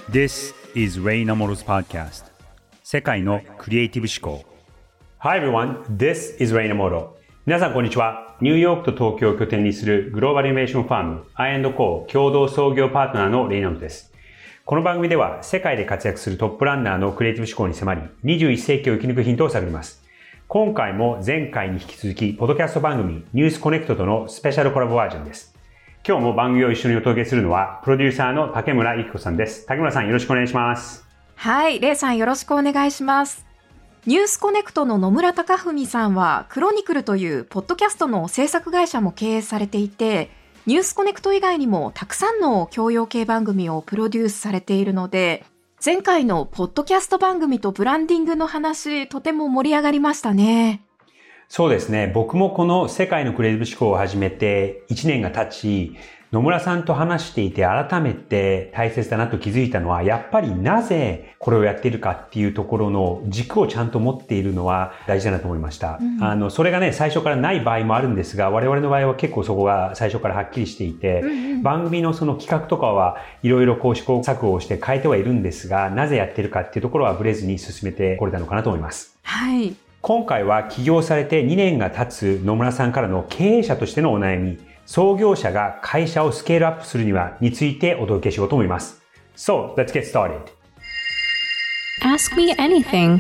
This is Ray Namoro's podcast. 世界のクリエイティブ思考。Hi everyone, this is Ray Namoro. 皆さんこんにちは。ニューヨークと東京を拠点にするグローバルイノベーションファーム I&Co 共同創業パートナーのレイナモです。この番組では世界で活躍するトップランナーのクリエイティブ思考に迫り、21世紀を生き抜くヒントを探ります。今回も前回に引き続き、ポッドキャスト番組ニュースコネクトとのスペシャルコラボバージョンです。今日も番組を一緒にお届けするのは、プロデューサーの竹村ゆき子さんです。竹村さんよろしくお願いします。 はい、レイさんよろしくお願いします。ニュースコネクトの野村貴文さんは、クロニクルというポッドキャストの制作会社も経営されていて、ニュースコネクト以外にもたくさんの教養系番組をプロデュースされているので、前回のポッドキャスト番組とブランディングの話、とても盛り上がりましたね。 そうですね。僕もこの世界のクリエイティブ思考を始めて1年が経ち、野村さんと話していて改めて大切だなと気づいたのは、やっぱりなぜこれをやっているかっていうところの軸をちゃんと持っているのは大事だなと思いました。それがね、最初からない場合もあるんですが、我々の場合は結構そこが最初からはっきりしていて、番組のその企画とかはいろいろこう試行錯誤をして変えてはいるんですが、なぜやってるかっていうところはブレずに進めてこれたのかなと思います。 はい。 今回は起業されて2年が経つ野村さんからの経営者としてのお悩み、創業者が会社をスケールアップするにはについてお届けしようと思います。So, let's get started. Ask me anything.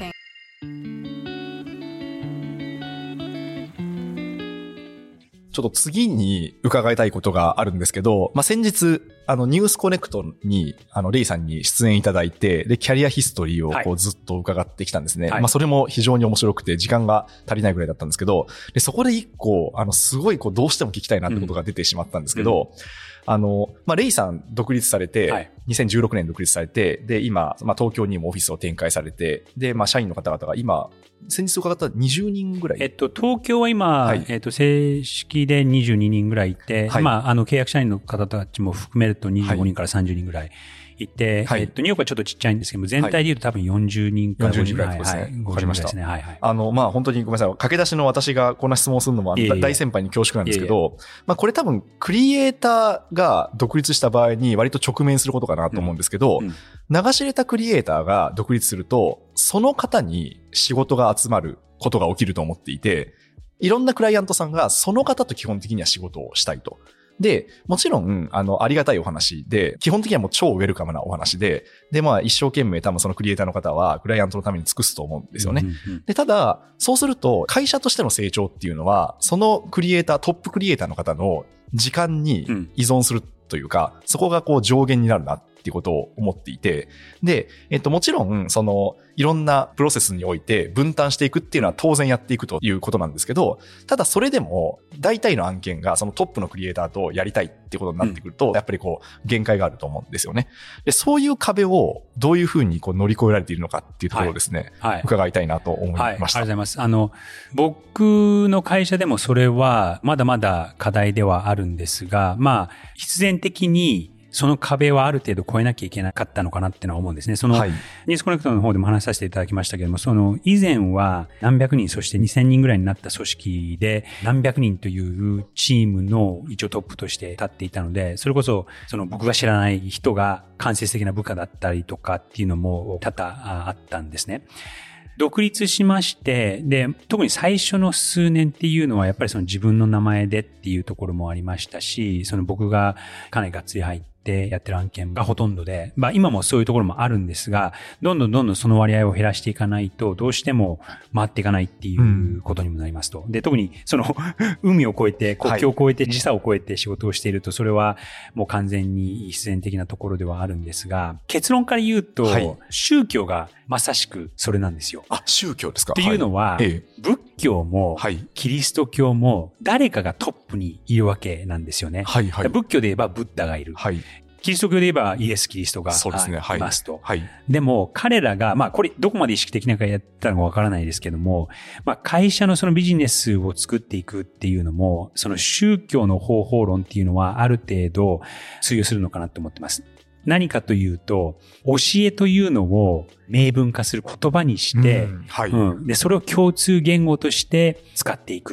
ちょっと次に伺いたいことがあるんですけど、先日、ニュースコネクトに、レイさんに出演いただいて、で、キャリアヒストリーをこうずっと伺ってきたんですね。それも非常に面白くて、時間が足りないぐらいだったんですけど、で、そこで一個、すごいこう、どうしても聞きたいなってことが出てしまったんですけど、レイさん独立されて、2016年独立されて、で、今、東京にもオフィスを展開されて、で、社員の方々が今、先日伺った20人ぐらい。 東京は今、正式で22人ぐらいいて、契約社員の方たちも含めると25人から30人ぐらいいて、ニューヨークはちょっとちっちゃいんですけども、全体で言うと多分40人から50人ぐらいですね。 わかりました。 ですね。 本当にごめんなさい。駆け出しの私がこんな質問をするのも大先輩に恐縮なんですけど、これ多分クリエイターが独立した場合に割と直面することかなと思うんですけど、流し入れたクリエイターが独立すると、その方に仕事が集まることが起きると思っていて、いろんなクライアントさんがその方と基本的には仕事をしたいと。で、もちろん、ありがたいお話で、基本的にはもう超ウェルカムなお話で、で、一生懸命多分そのクリエイターの方は、クライアントのために尽くすと思うんですよね。で、ただ、そうすると、会社としての成長っていうのは、そのクリエイター、トップクリエイターの方の時間に依存するというか、そこがこう上限になるなっていうことを思っていて、で、もちろん、いろんなプロセスにおいて分担していくっていうのは当然やっていくということなんですけど、ただそれでも大体の案件がそのトップのクリエイターとやりたいってことになってくると、やっぱりこう限界があると思うんですよね。で、そういう壁をどういうふうにこう乗り越えられているのかっていうところをですね、伺いたいなと思いました。 ありがとうございます。僕の会社でもそれはまだまだ課題ではあるんですが、必然的にその壁はある程度超えなきゃいけなかったのかなってのは思うんですね。ニュースコネクトの方でも話させていただきましたけれども、以前は何百人、そして2000人ぐらいになった組織で、何百人というチームの一応トップとして立っていたので、それこそ、僕が知らない人が間接的な部下だったりとかっていうのも多々あったんですね。独立しまして、で、特に最初の数年っていうのはやっぱり自分の名前でっていうところもありましたし、僕がかなりがっつり入ってやってる案件がほとんどで、今もそういうところもあるんですが、どんどんその割合を減らしていかないと、どうしても回っていかないっていうことにもなりますと。で、特に海を越えて、国境を越えて、時差を越えて仕事をしていると、それはもう完全に必然的なところではあるんですが、結論から言うと、宗教がまさしくそれなんですよ。 宗教ですか。 っていうのは、仏教も、キリスト教も誰かがトップにいるわけなんですよね。仏教で言えばブッダがいる。キリスト教で言えばイエス・キリストがいますと。でも彼らが、これどこまで意識的なかやったのかわからないですけども、会社のそのビジネスを作っていくっていうのも、その宗教の方法論っていうのはある程度通用するのかなと思ってます。何かというと、教えというのを明文化する言葉にして、で、それを共通言語として使っていくっ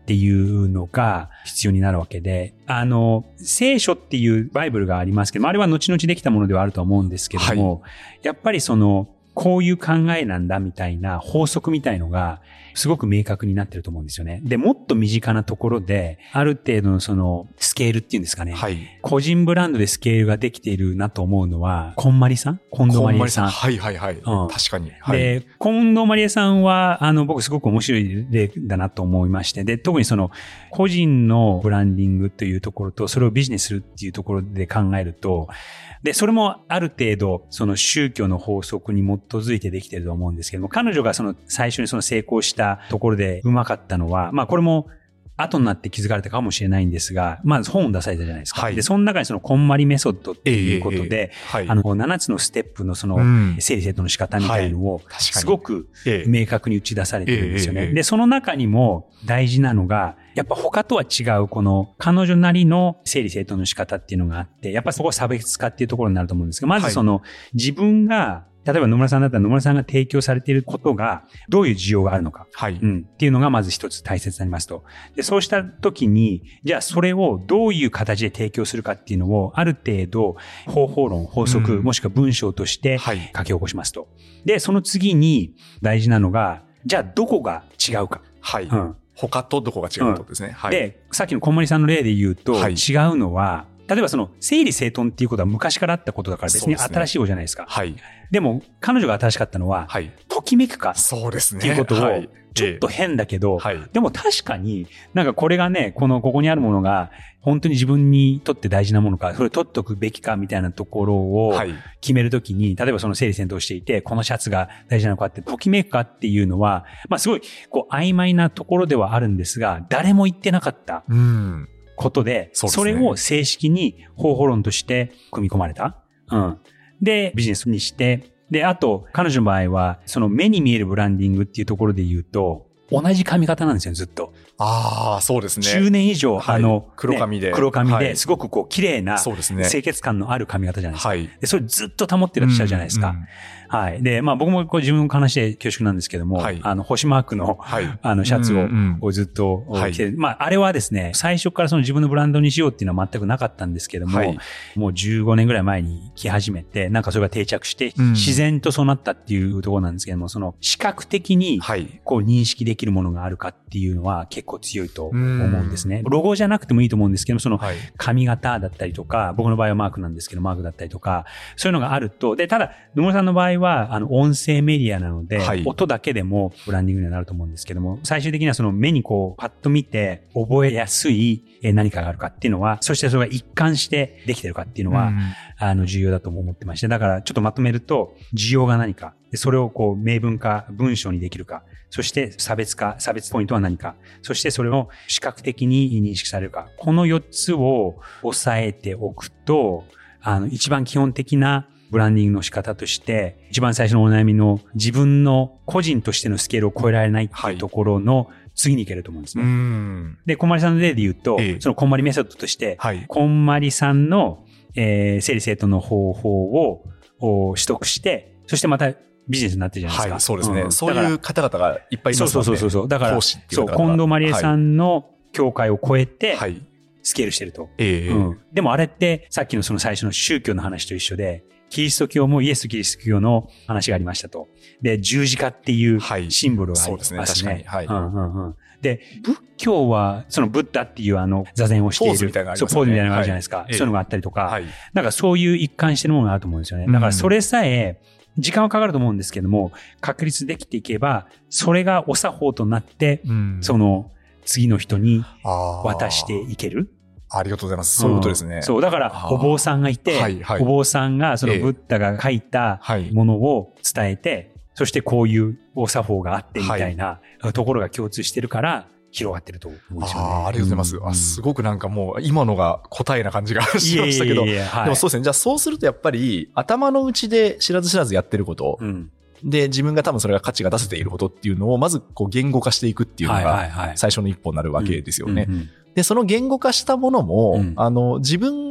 っていうのが必要になるわけで、聖書っていうバイブルがありますけど、あれは後々できたものではあると思うんですけども、やっぱりこういう考えなんだみたいな法則みたいのがすごく明確になってると思うんですよね。で、もっと身近なところで、ある程度のスケールっていうんですかね。はい。個人ブランドでスケールができているなと思うのは、近藤まりえさん。 はいはいはい。確かに。 はい。で、近藤まりえさんは、僕すごく面白い例だなと思いまして、で、特に個人のブランディングというところと、それをビジネスするっていうところで考えると、で、それもある程度、宗教の法則に基づいてできていると思うんですけども、彼女が最初に成功したところでうまかったのは、これも後になって気づかれたかもしれないんですが、まず本を出されたじゃないですか。はい、で、その中にこんまりメソッドっていうことで、7つのステップの整理整頓の仕方みたいのを、すごく明確に打ち出されてるんですよね。で、その中にも大事なのが、やっぱ他とは違う彼女なりの整理整頓の仕方っていうのがあって、やっぱそこは差別化っていうところになると思うんですが、まず自分が例えば野村さんだったら野村さんが提供されていることがどういう需要があるのか、っていうのがまず一つ大切になりますと。で、そうした時に、じゃあそれをどういう形で提供するかっていうのをある程度方法論、法則、もしくは文章として書き起こしますと。で、その次に大事なのが、じゃあどこが違うか。 他とどこが違うかですね。 で、さっきのこんまりさんの例で言うと、違うのは、例えば整理整頓っていうことは昔からあったことだから別に新しいことじゃないですか。でも、彼女が新しかったのは、ときめくかっていうことを、ちょっと変だけど、でも確かになんかこれがね、ここにあるものが本当に自分にとって大事なものか、それを取っておくべきかみたいなところを決めるときに、例えば整理整頓していて、このシャツが大事なのかって、ときめくかっていうのは、すごい曖昧なところではあるんですが、誰も言ってなかった。ことで、それを正式に方法論として組み込まれた。で、ビジネスにして、で、あと、彼女の場合は、目に見えるブランディングっていうところで言うと、同じ髪型なんですよ、ずっと。 そうですね。 10年以上、 黒髪で。 黒髪で、すごく綺麗な、清潔感のある髪型じゃないですか。で、それずっと保ってらっしゃるじゃないですか。で、僕も自分の話で恐縮なんですけども、星マークの、シャツをずっと着てる。あれはですね、最初から自分のブランドにしようっていうのは全くなかったんですけども、もう15年ぐらい前に着始めて、なんかそれが定着して、自然とそうなったっていうところなんですけども、視覚的に、認識できるものがあるかっていうのは結構強いと思うんですね。ロゴじゃなくてもいいと思うんですけども、髪型だったりとか、僕の場合はマークなんですけど、マークだったりとか、そういうのがあると、で、ただ、野村さんの場合は、音声メディアなので、音だけでもブランディングにはなると思うんですけども、最終的には目にパッと見て覚えやすい何かがあるかっていうのは、そしてそれが一貫してできてるかっていうのは、重要だと思ってまして、だからちょっとまとめると、需要が何か、それを明文化、文章にできるか、そして差別ポイントは何か、そしてそれを視覚的に認識されるか、この4つを押さえておくと、一番基本的なブランディングの仕方として、一番最初のお悩みの自分の個人としてのスケールを超えられないっていうところの次に行けると思うんですね。で、こんまりさんの例で言うと、こんまりメソッドとして、こんまりさんの、整理整頓の方法を取得して、そしてまたビジネスになってるじゃないですか。 そうですね。そういう方々がいっぱいいますね。 そう。だから、近藤まりえさんの境界を超えて、スケールしてると。でもあれって、さっきの最初の宗教の話と一緒で、キリスト教もイエス・キリスト教の話がありましたと。で、十字架っていうシンボルがありますね。 そうですね、確かに。 で、仏教は、ブッダっていう座禅をしている。 ポーズみたいなのがありますね。 ポーズみたいなのがあるじゃないですか。そういうのがあったりとか、なんかそういう一貫してるものがあると思うんですよね。だからそれさえ、時間はかかると思うんですけども、確立できていけば、それがお作法となって、次の人に渡していける。 ありがとうございます。そういうことですね。 そう。だから、お坊さんがいて、お坊さんがブッダが書いたものを伝えて、そしてこういうお作法があってみたいなところが共通してるから、広がってると思うんですよね。 ありがとうございます。すごくなんかもう今のが答えな感じがしましたけど。でもそうですね。じゃあそうするとやっぱり頭の内で知らず知らずやってること。で、自分が多分それが価値が出せていることっていうのをまず言語化していくっていうのが最初の一歩になるわけですよね。で、その言語化したものも、自分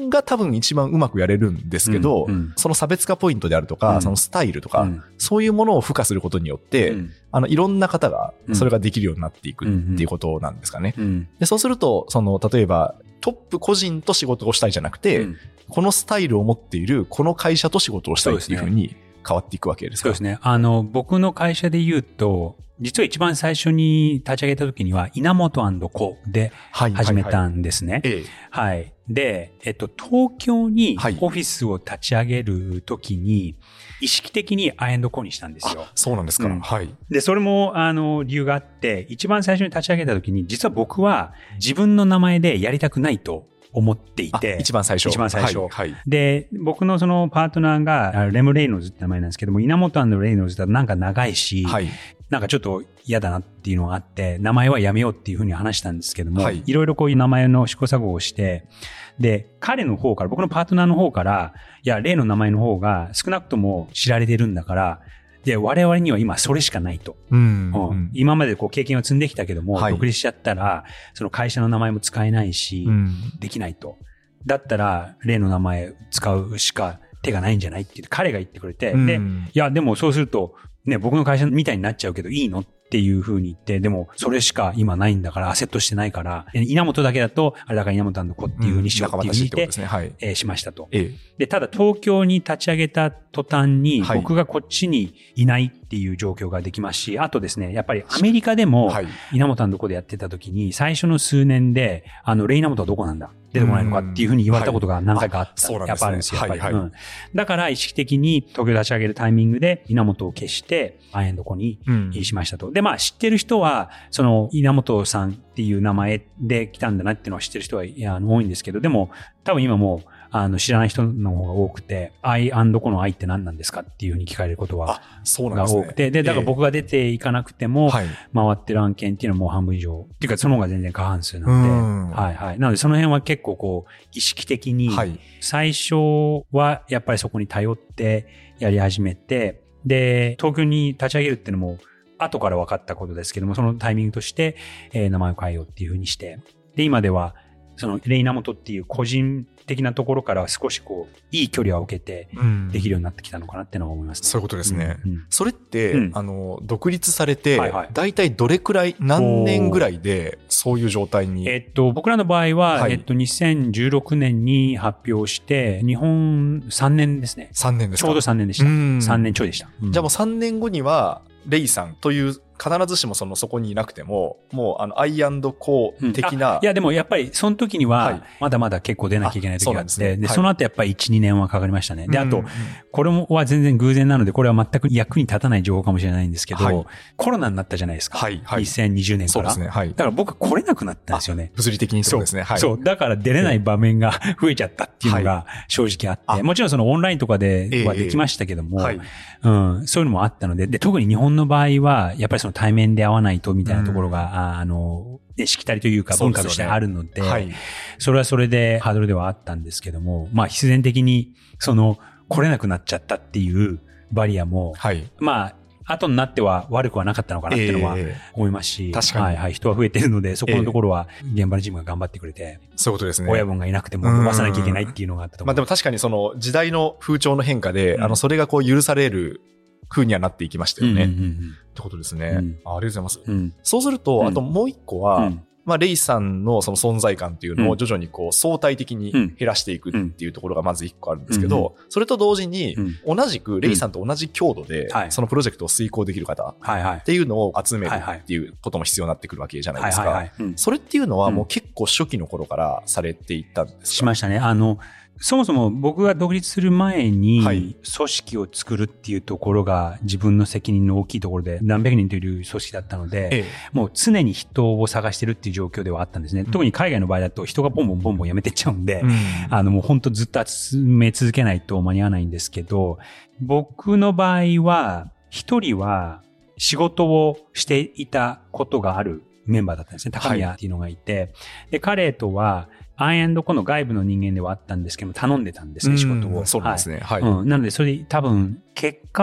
分が多分一番うまくやれるんですけど、その差別化ポイントであるとか、そのスタイルとか、そういうものを付加することによって、いろんな方がそれができるようになっていくっていうことなんですかね。で、そうすると、例えば、トップ個人と仕事をしたいじゃなくて、このスタイルを持っているこの会社と仕事をしたいっていうふうに変わっていくわけですか？ そうですね。僕の会社で言うと、実は一番最初に立ち上げた時には、稲本&Coで始めたんですね。はい。で、東京にオフィスを立ち上げる時に、意識的にI&Coにしたんですよ。 そうなんですか。はい。 で、それも、理由があって、一番最初に立ち上げた時に、実は僕は自分の名前でやりたくないと思っていて。 一番最初。 はい。で、僕のそのパートナーが、レム・レイノルズって名前なんですけども、稲本&レイノルズだとなんか長いし、なんかちょっと嫌だなっていうのがあって、名前はやめようっていうふうに話したんですけども、いろいろこういう名前の試行錯誤をして、で、彼の方から、僕のパートナーの方から、いや、例の名前の方が少なくとも知られてるんだから、で、我々には今それしかないと。今までこう経験を積んできたけども、独立しちゃったら、その会社の名前も使えないし、できないと。だったら、例の名前使うしか手がないんじゃないって言って彼が言ってくれて、で、いや、でもそうすると、ね、僕の会社みたいになっちゃうけどいいのっていう風に言って、でもそれしか今ないんだから、アセットしてないから、稲本だけだと、あれだから稲本&Coっていう風にしようっていう風に言って、しましたと。で、ただ東京に立ち上げた途端に、僕がこっちにいないっていう状況ができますし、あとですね、やっぱりアメリカでも、稲本&Coでやってた時に、最初の数年で、レイ稲本はどこなんだ出てこないのかっていうふうに言われたことが何回かあった。やっぱあるんですよ。やっぱり。だから意識的に東京立ち上げるタイミングで稲本を消してI&Coにしましたと。で、まあ知ってる人は、その稲本さんっていう名前で来たんだなっていうのは知ってる人は多いんですけど、でも多分今もう知らない人の方が多くて、I&CoのIって何なんですかっていうふうに聞かれることはが多くて、で、だから僕が出ていかなくても、回ってる案件っていうのはもう半分以上。っていうかその方が全然過半数なので、なのでその辺は結構こう、意識的に、最初はやっぱりそこに頼ってやり始めて、で、東京に立ち上げるっていうのも、後から分かったことですけども、そのタイミングとして、名前を変えようっていうふうにして、で、今では、そのレイナモトっていう個人的なところから少しこういい距離を受けてできるようになってきたのかなってのは思いますね。 そういうことですね。それって、独立されて、だいたいどれくらい、何年ぐらいでそういう状態に？ 僕らの場合は、2016年に発表して、日本3年ですね。 3年ですか？ ちょうど3年でした。3年ちょいでした。 じゃあもう3年後には、レイさんという必ずしもそこにいなくても、もうI&Co的な、 いやでもやっぱりその時には、まだまだ結構出なきゃいけない時があって、で、その後やっぱり1、2年はかかりましたね。で、あと、これは全然偶然なので、これは全く役に立たない情報かもしれないんですけど、コロナになったじゃないですか。2020年から。そうですね。だから僕は来れなくなったんですよね。 物理的にそうですね。 そう。だから出れない場面が増えちゃったっていうのが正直あって、もちろんそのオンラインとかではできましたけども、そういうのもあったので、特に日本の場合は、やっぱりその対面で会わないとみたいなところが、しきたりというか文化としてあるので、それはそれでハードルではあったんですけども、まあ必然的に来れなくなっちゃったっていうバリアも、まあ後になっては悪くはなかったのかなっていうのは思いますし、 確かに。 人は増えてるので、そこのところは現場のチームが頑張ってくれて、 そういうことですね。 親分がいなくても伸ばさなきゃいけないっていうのがあったと思う。 まあでも確かにその時代の風潮の変化で、それがこう許される風にはなっていきましたよね。ってことですね。ありがとうございます。そうすると、あともう一個は、まあ、レイさんのその存在感っていうのを徐々にこう相対的に減らしていくっていうところがまず一個あるんですけど、それと同時に同じくレイさんと同じ強度でそのプロジェクトを遂行できる方っていうのを集めるっていうことも必要になってくるわけじゃないですか。それっていうのはもう結構初期の頃からされていったんですか？ しましたね。そもそも僕が独立する前に、組織を作るっていうところが自分の責任の大きいところで何百人という組織だったので、もう常に人を探してるっていう状況ではあったんですね。特に海外の場合だと人がボンボン辞めてっちゃうんで、もう本当ずっと集め続けないと間に合わないんですけど、僕の場合は、一人は仕事をしていたことがあるメンバーだったんですね。高宮っていうのがいて、で、彼とは、I&Coの外部の人間ではあったんですけども、頼んでたんですね、仕事を。 そうですね。 なので、それで多分、結果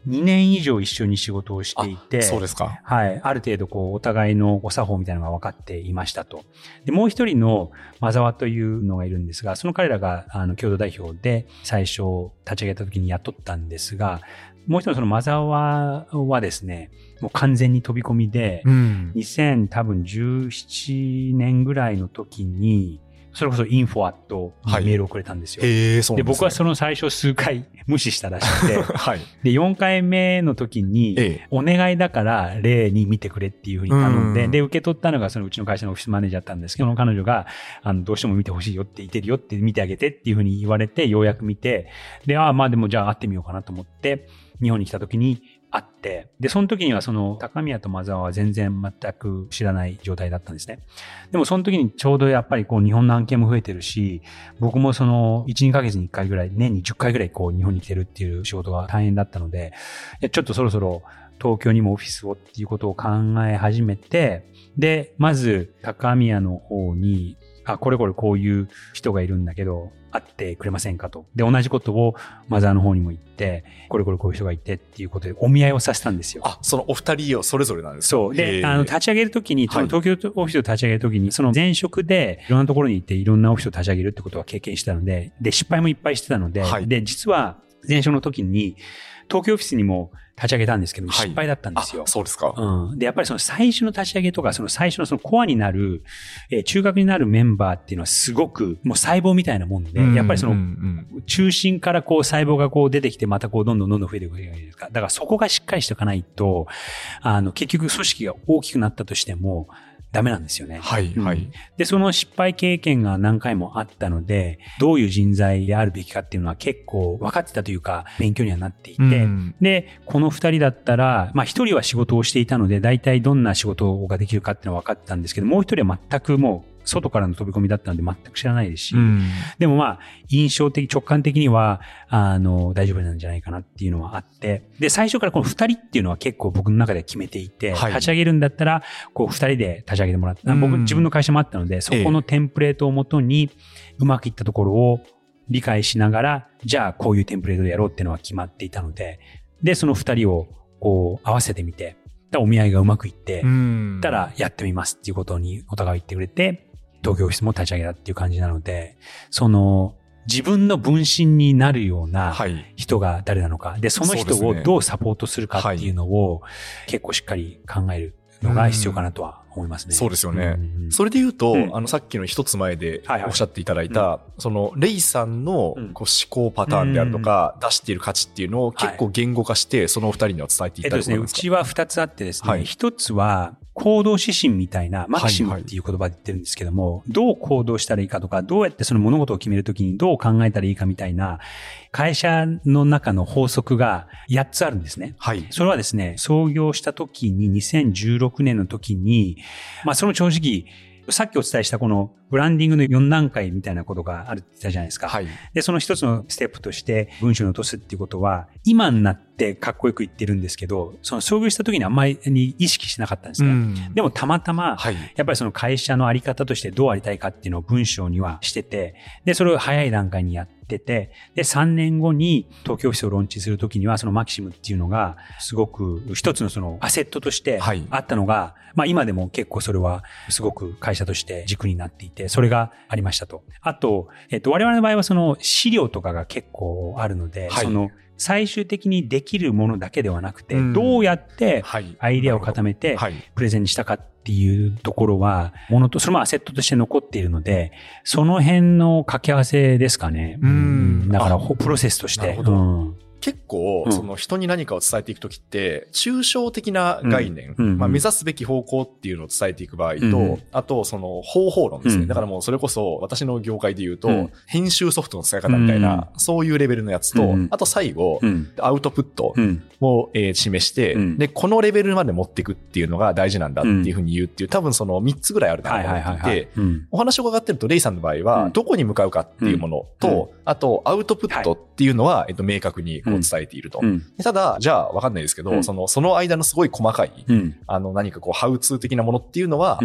2年以上一緒に仕事をしていて、 そうですか。 はい。ある程度お互いの作法みたいなのが分かっていましたと。で、もう一人のマザワというのがいるんですが、その彼らが共同代表で最初立ち上げた時に雇ったんですが、もう一人のそのマザワはですね、もう完全に飛び込みで、2017年ぐらいの時に、それこそインフォアットにメールをくれたんですよ。 そうなんですね。 で、僕はその最初数回無視したらしくて、 はい。 で、4回目の時に、お願いだから例に見てくれっていうふうに頼んで、で、受け取ったのがそのうちの会社のオフィスマネージャーだったんですけど、彼女が、どうしても見てほしいよって言ってるよって見てあげてっていうふうに言われて、ようやく見て、で、まあでもじゃあ会ってみようかなと思って、日本に来た時に、あって、で、その時にはその高宮とマザワは全然全く知らない状態だったんですね。でもその時にちょうどやっぱり日本の案件も増えてるし、僕もその1、2ヶ月に1回ぐらい、年に10回ぐらい日本に来てるっていう仕事が大変だったので、ちょっとそろそろ東京にもオフィスをっていうことを考え始めて、で、まず高宮の方に、これこういう人がいるんだけど、会ってくれませんかと。で、同じことをマザーの方にも言って、こういう人がいてっていうことでお見合いをさせたんですよ。 そのお二人をそれぞれなんですか？ そう。で、立ち上げるときに、その東京オフィスを立ち上げるときに、その前職でいろんなところに行っていろんなオフィスを立ち上げるってことは経験したので、で、失敗もいっぱいしてたので、で、実は前職の時に東京オフィスにも立ち上げたんですけど、失敗だったんですよ。 そうですか。 で、やっぱりその最初の立ち上げとか、その最初のそのコアになる、中核になるメンバーっていうのはすごくもう細胞みたいなもんで、やっぱりその中心から細胞が出てきてまたどんどん増えていくわけじゃないですか。だからそこがしっかりしておかないと、結局組織が大きくなったとしても、ダメなんですよね。 はい、はい。 で、その失敗経験が何回もあったので、どういう人材であるべきかっていうのは結構分かってたというか、勉強にはなっていて、で、この二人だったら、一人は仕事をしていたので、大体どんな仕事ができるかっていうのは分かってたんですけど、もう一人は全くもう、外からの飛び込みだったので全く知らないですし、でも印象的、直感的には、大丈夫なんじゃないかなっていうのはあって、で、最初からこの二人っていうのは結構僕の中で決めていて、立ち上げるんだったら、二人で立ち上げてもらった。僕、自分の会社もあったので、そこのテンプレートをもとに、うまくいったところを理解しながら、じゃあこういうテンプレートでやろうっていうのは決まっていたので、で、その二人を合わせてみて、お見合いがうまくいって、たらやってみますっていうことにお互い言ってくれて、東京オフィスも立ち上げたっていう感じなので、自分の分身になるような人が誰なのか、で、その人をどうサポートするかっていうのを結構しっかり考えるのが必要かなとは思いますね。 そうですよね。それで言うと、さっきの一つ前でおっしゃっていただいた、レイさんの思考パターンであるとか、出している価値っていうのを結構言語化して、そのお二人には伝えていただいてますか？ うちは二つあってですね、一つは、行動指針みたいな、マキシムっていう言葉で言ってるんですけども、どう行動したらいいかとか、どうやってその物事を決めるときにどう考えたらいいかみたいな、会社の中の法則が8つあるんですね。それはですね、創業した時に2016年の時に、その正直、さっきお伝えしたこのブランディングの4段階みたいなことがあるって言ったじゃないですか。で、その一つのステップとして文章に落とすっていうことは、今になってかっこよく言ってるんですけど、その創業した時にあんまり意識しなかったんですね。でもたまたま、やっぱりその会社のあり方としてどうありたいかっていうのを文章にはしてて、で、それを早い段階にやってて、で、3年後に東京オフィスをローンチするときには、そのマキシムっていうのが、すごく一つのそのアセットとしてあったのが、今でも結構それはすごく会社として軸になっていて、それがありましたと。あと、我々の場合はその資料とかが結構あるので、その最終的にできるものだけではなくて、どうやってアイデアを固めてプレゼンにしたかっていうところは、それもアセットとして残っているので、その辺の掛け合わせですかね。だからプロセスとして。 結構、その人に何かを伝えていくときって、抽象的な概念、目指すべき方向っていうのを伝えていく場合と、あと、その方法論ですね。だからもうそれこそ、私の業界で言うと、編集ソフトの使い方みたいな、そういうレベルのやつと、あと最後、アウトプットを示して、で、このレベルまで持っていくっていうのが大事なんだっていうふうに言うっていう、多分その3つぐらいあるかなと思っていて、お話を伺ってると、レイさんの場合は、どこに向かうかっていうものと、あと、アウトプットっていうのは、明確に伝えていると。ただ、じゃあわかんないですけど、その間のすごい細かい、何かハウツー的なものっていうのは、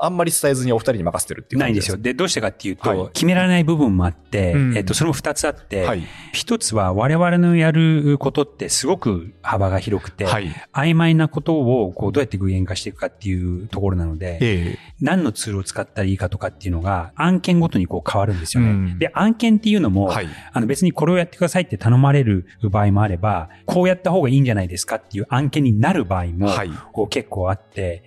あんまり伝えずにお二人に任せてるっていう感じです。 ないんですよ。で、どうしてかっていうと、決められない部分もあって、それも2つあって、 はい、 1つは我々のやることってすごく幅が広くて、はい、曖昧なことをこうどうやって具現化していくかっていうところなので、何のツールを使ったらいいかとかっていうのが案件ごとにこう変わるんですよね。で、案件っていうのも、はい、別にこれをやってくださいって頼まれる場合もあれば、こうやった方がいいんじゃないですかっていう案件になる場合も、こう結構あって、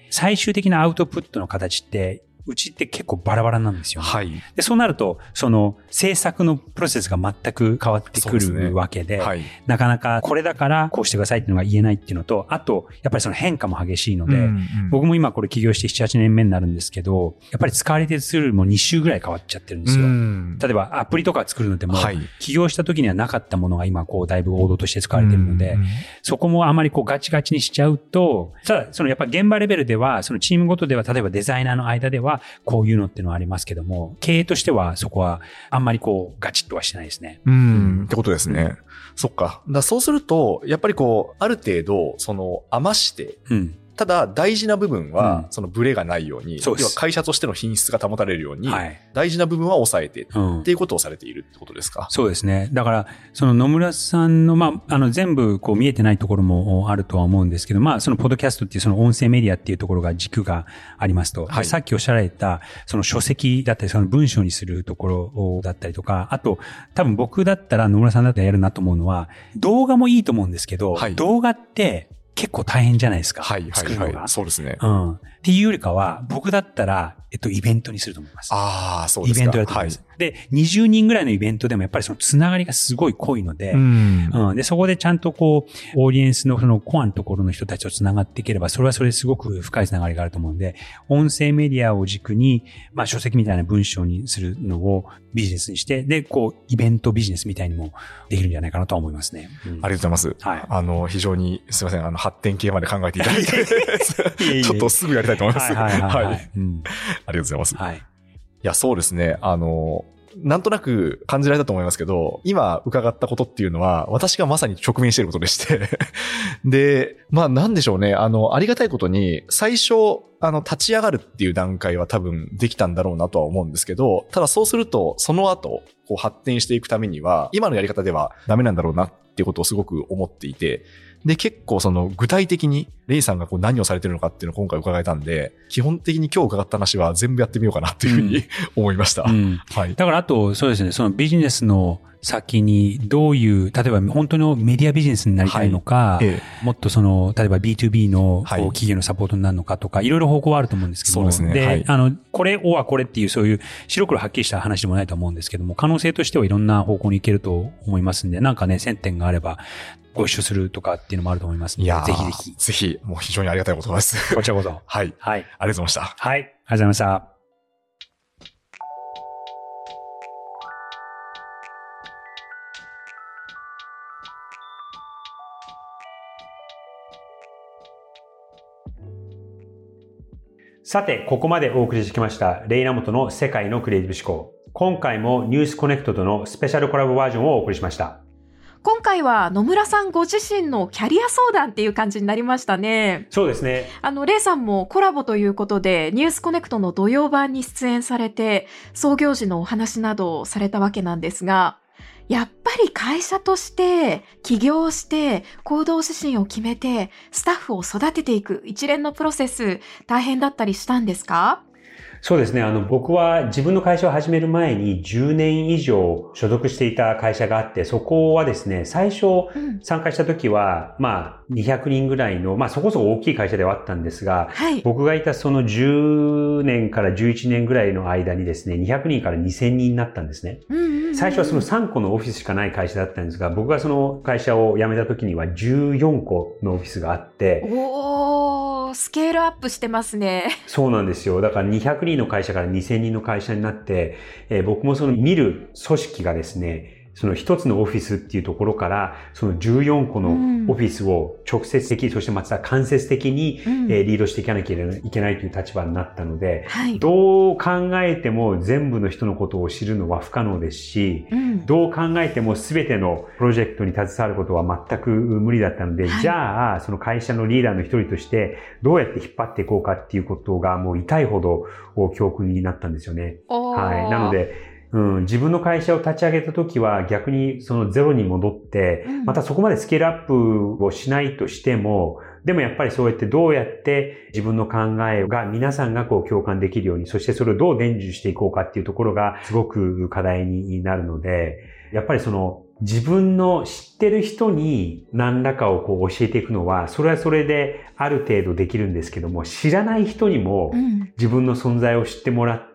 最終的なアウトプットの形って、うちって結構バラバラなんですよね。はい。で、そうなると、その制作のプロセスが全く変わってくるわけで、はい、なかなかこれだからこうしてくださいっていうのが言えないっていうのと、あと、やっぱりその変化も激しいので、僕も今これ起業して7、8年目になるんですけど、やっぱり使われてるツールも2週ぐらい変わっちゃってるんですよ。例えばアプリとか作るのでも、はい、起業した時にはなかったものが今こうだいぶ王道として使われてるので、そこもあまりこうガチガチにしちゃうと、ただそのやっぱり現場レベルでは、そのチームごとでは、例えばデザイナーの間では、こういうのっていうのはありますけども、経営としてはそこはあんまりこうガチッとはしてないですね。 ってことですね。そっか。そうすると、やっぱりこう、ある程度、その余して、ただ大事な部分は、そのブレがないように、要は会社としての品質が保たれるように、大事な部分は抑えて、っていうことをされているってことですか？ そうですね。だから、その野村さんの、全部こう見えてないところもあるとは思うんですけど、そのポッドキャストっていうその音声メディアっていうところが軸がありますと。はい、さっきおっしゃられた、その書籍だったり、その文章にするところだったりとか、あと、多分僕だったら野村さんだったらやるなと思うのは、動画もいいと思うんですけど、動画って、結構大変じゃないですか。作るのが。 そうですね。 っていうよりかは、僕だったら、イベントにすると思います。 そうですか。 イベントやると思います。で、20人ぐらいのイベントでもやっぱりそのつながりがすごい濃いので、で、そこでちゃんとこう、オーディエンスのそのコアのところの人たちとつながっていければ、それはそれですごく深いつながりがあると思うんで、音声メディアを軸に、書籍みたいな文章にするのをビジネスにして、で、こう、イベントビジネスみたいにもできるんじゃないかなとは思いますね。 ありがとうございます。はい。非常に、すいません、発展系まで考えていただいて、ちょっとすぐやりたいと思います。はい。ありがとうございます。はい。いや、そうですね。なんとなく感じられたと思いますけど、今伺ったことっていうのは、私がまさに直面していることでしてで、なんでしょうね。ありがたいことに、最初、立ち上がるっていう段階は多分できたんだろうなとは思うんですけど、ただそうすると、その後、こう発展していくためには、今のやり方ではダメなんだろうなっていうことをすごく思っていて、で、結構その具体的にレイさんがこう何をされてるのかっていうのを今回伺えたんで、基本的に今日伺った話は全部やってみようかなっていうふうに思いました。はい。 だからあと、そうですね、そのビジネスの先にどういう、例えば本当のメディアビジネスになりたいのか、もっとその、例えば B2B の企業のサポートになるのかとか、いろいろ方向はあると思うんですけども、そうですね。で、これはこれっていうそういう白黒はっきりした話でもないと思うんですけども、可能性としてはいろんな方向に行けると思いますんで、なんかね、接点があれば、ご一緒するとかっていうのもあると思いますので、ぜひぜひ。 ぜひ、もう非常にありがたいことです。 こちらこそ。 はい。はい。ありがとうございました。 はい。ありがとうございました。さて、ここまでお送りしてきました、レイナモトの世界のクリエイティブ思考。今回もニュースコネクトとのスペシャルコラボバージョンをお送りしました。 今回は野村さんご自身のキャリア相談っていう感じになりましたね。 そうですね。 レイさんもコラボということで、ニュースコネクトの土曜版に出演されて、創業時のお話などをされたわけなんですが、やっぱり会社として起業して行動指針を決めてスタッフを育てていく一連のプロセス大変だったりしたんですか？ そうですね。僕は自分の会社を始める前に10年以上所属していた会社があって、そこはですね、最初参加した時は、200人ぐらいの、そこそこ大きい会社ではあったんですが、はい、僕がいたその10年から11年ぐらいの間にですね、200人から2000人になったんですね。最初はその3個のオフィスしかない会社だったんですが、僕がその会社を辞めた時には14個のオフィスがあって、 スケールアップしてますね。 そうなんですよ。だから200人の会社から2000人の会社になって、僕もその見る組織がですね、 その一つのオフィスっていうところから、その14個のオフィスを直接的、そしてまた間接的に、リードしていかなきゃいけないという立場になったので、どう考えても全部の人のことを知るのは不可能ですし、どう考えても全てのプロジェクトに携わることは全く無理だったので、じゃあ、その会社のリーダーの一人として、どうやって引っ張っていこうかっていうことがもう痛いほど教訓になったんですよね。はい。なので、自分の会社を立ち上げたときは逆にそのゼロに戻って、またそこまでスケールアップをしないとしても、でもやっぱりそうやってどうやって自分の考えが皆さんがこう共感できるように、そしてそれをどう伝授していこうかっていうところがすごく課題になるので、やっぱりその自分の知ってる人に何らかをこう教えていくのは、それはそれである程度できるんですけども、知らない人にも自分の存在を知ってもらって、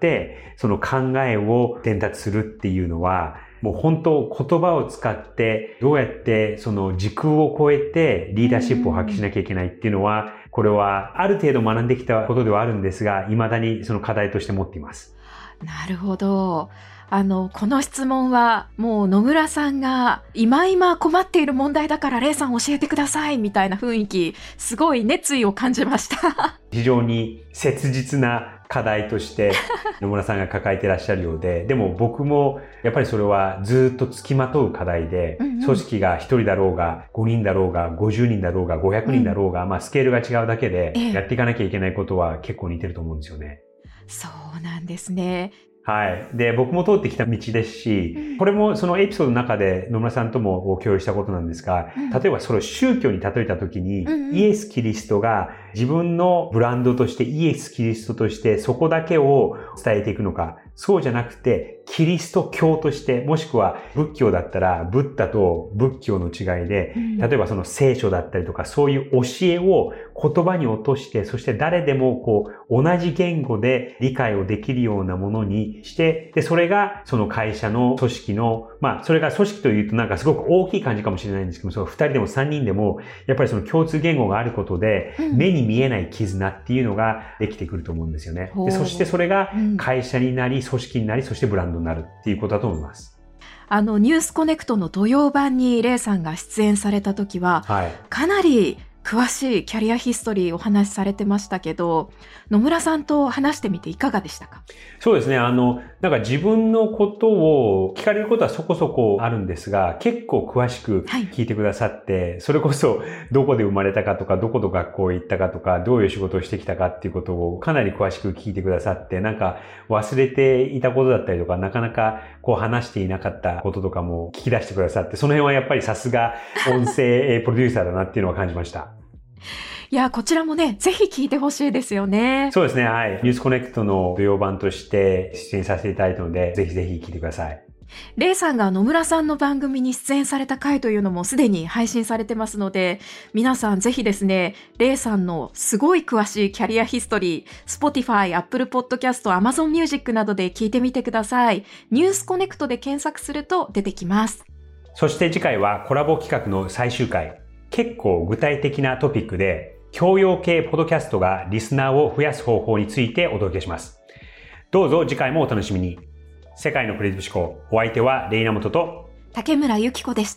その考えを伝達するっていうのは、もう本当言葉を使ってどうやってその時空を超えてリーダーシップを発揮しなきゃいけないっていうのは、これはある程度学んできたことではあるんですが、未だにその課題として持っています。 なるほど。この質問はもう野村さんが今困っている問題だからレイさん教えてくださいみたいな雰囲気、すごい熱意を感じました。 非常に切実な課題として野村さんが抱えていらっしゃるようで、でも僕もやっぱりそれはずっと付きまとう課題で、組織が1人だろうが5人だろうが50人だろうが500人だろうが、スケールが違うだけでやっていかなきゃいけないことは結構似てると思うんですよね。 そうなんですね。 はい。で、僕も通ってきた道ですし、これもそのエピソードの中で野村さんとも共有したことなんですが、例えばそれを宗教に例えたときに、イエス・キリストが自分のブランドとしてイエス・キリストとしてそこだけを伝えていくのか、そうじゃなくてキリスト教として、もしくは仏教だったらブッダと仏教の違いで、例えばその聖書だったりとかそういう教えを言葉に落として、そして誰でもこう同じ言語で理解をできるようなものにして、で、それがその会社の組織の、それが組織というとなんかすごく大きい感じかもしれないんですけども、その2人でも3人でも、やっぱりその共通言語があることで、目に見えない絆っていうのができてくると思うんですよね。で、そしてそれが会社になり、組織になり、そしてブランドになるっていうことだと思います。 ニュースコネクトの土曜版にレイさんが出演された時は、かなり詳しいキャリアヒストリーをお話しされてましたけど、野村さんと話してみていかがでしたか？ そうですね。なんか自分のことを聞かれることはそこそこあるんですが、結構詳しく聞いてくださって、それこそどこで生まれたかとか、どこの学校へ行ったかとか、どういう仕事をしてきたかっていうことをかなり詳しく聞いてくださって、なんか忘れていたことだったりとか、なかなかこう話していなかったこととかも聞き出してくださって、その辺はやっぱりさすが音声プロデューサーだなっていうのを感じました。 いや、こちらもね、ぜひ聞いてほしいですよね。 そうですね。はい。ニュースコネクトの土曜版として出演させていただいたので、ぜひぜひ聞いてください。 レイさんが野村さんの番組に出演された回というのもすでに配信されてますので、皆さんぜひですね、レイさんのすごい詳しいキャリアヒストリー、Spotify、Apple Podcast、Amazon Music などで聞いてみてください。ニュースコネクトで検索すると出てきます。 そして次回はコラボ企画の最終回。結構具体的なトピックで、教養系ポッドキャストがリスナーを増やす方法についてお届けします。どうぞ次回もお楽しみに。世界のクリエイティブ思考。お相手はレイナモトと竹村ゆき子でした。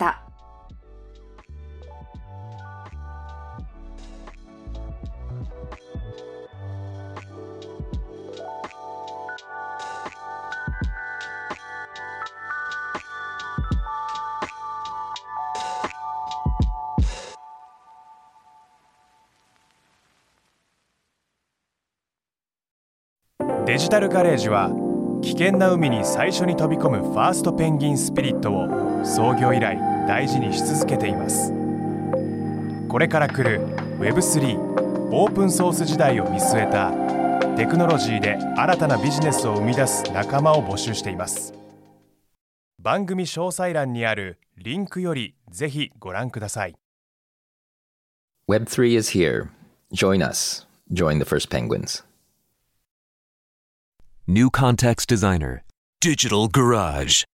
デジタルガレージは危険な海に最初に飛び込むファーストペンギンスピリットを創業以来大事にし続けています。これから来る Web3 オープンソース時代を見据えたテクノロジーで新たなビジネスを生み出す仲間を募集しています。番組詳細欄にあるリンクよりぜひご覧ください。 Web3 is here. Join us. Join the first penguins. New Context Designer, Digital Garage.